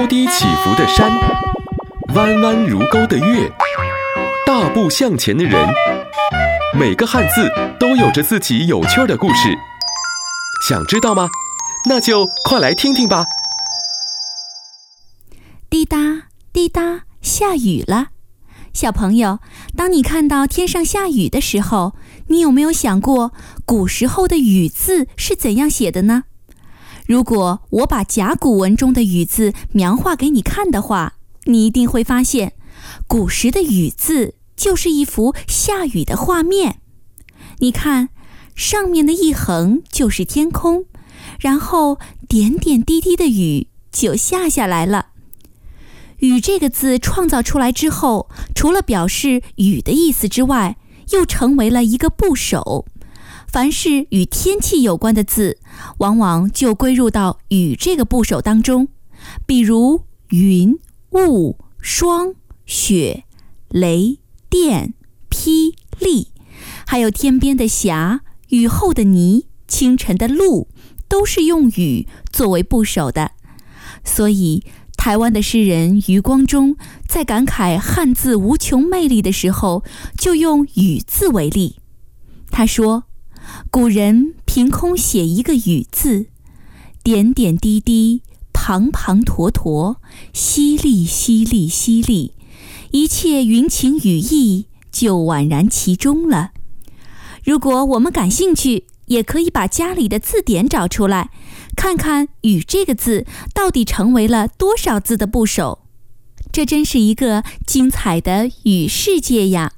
低起伏的山，弯弯如钩的月，大步向前的人。每个汉字都有着自己有趣的故事，想知道吗？那就快来听听吧。 滴答滴答，下雨了。小朋友，当你看到天上下雨的时候，你有没有想过古时候的雨字是怎样写的呢？如果我把甲骨文中的雨字描画给你看的话，你一定会发现，古时的雨字就是一幅下雨的画面。你看，上面的一横就是天空，然后点点滴滴的雨就下来了。雨这个字创造出来之后，除了表示雨的意思之外，又成为了一个部首。凡是与天气有关的字，往往就归入到雨这个部首当中。比如云、雾、霜、雪、雷、电、霹雳，还有天边的霞、雨后的泥、清晨的露，都是用雨作为部首的。所以台湾的诗人余光中在感慨汉字无穷魅力的时候，就用雨字为例。他说，古人凭空写一个雨字，点点滴滴，滂滂沱沱，淅沥淅沥淅沥，一切云情雨意就宛然其中了。如果我们感兴趣，也可以把家里的字典找出来，看看雨这个字到底成为了多少字的部首。这真是一个精彩的雨世界呀！